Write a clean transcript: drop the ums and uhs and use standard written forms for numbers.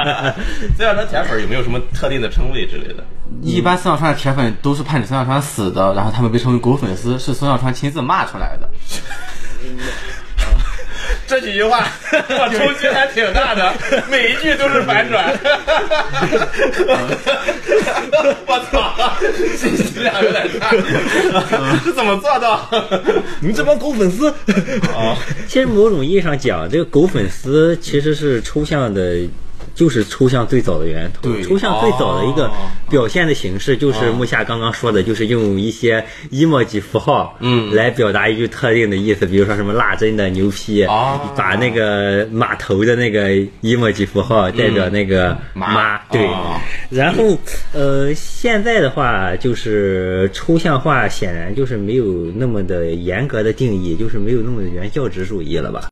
孙小川铁粉有没有什么特定的称谓之类的？ 一般孙小川的铁粉都是盼着孙小川死的，然后他们被称为狗粉丝，是孙小川亲自骂出来的。 这几句话我冲击还挺大的，每一句都是反转。我操，信息量有点大，是怎么做到？ 你们这帮狗粉丝啊！ 其实某种意义上讲，这个狗粉丝其实是抽象的。就是抽象最早的源头，抽象最早的一个表现的形式，就是木下刚刚说的，就是用一些 emoji 符号，来表达一句特定的意思，比如说什么辣真的牛批，把那个码头的那个 emoji 符号代表那个妈，对，然后现在的话就是抽象化，显然就是没有那么的严格的定义，就是没有那么的原教旨主义了吧。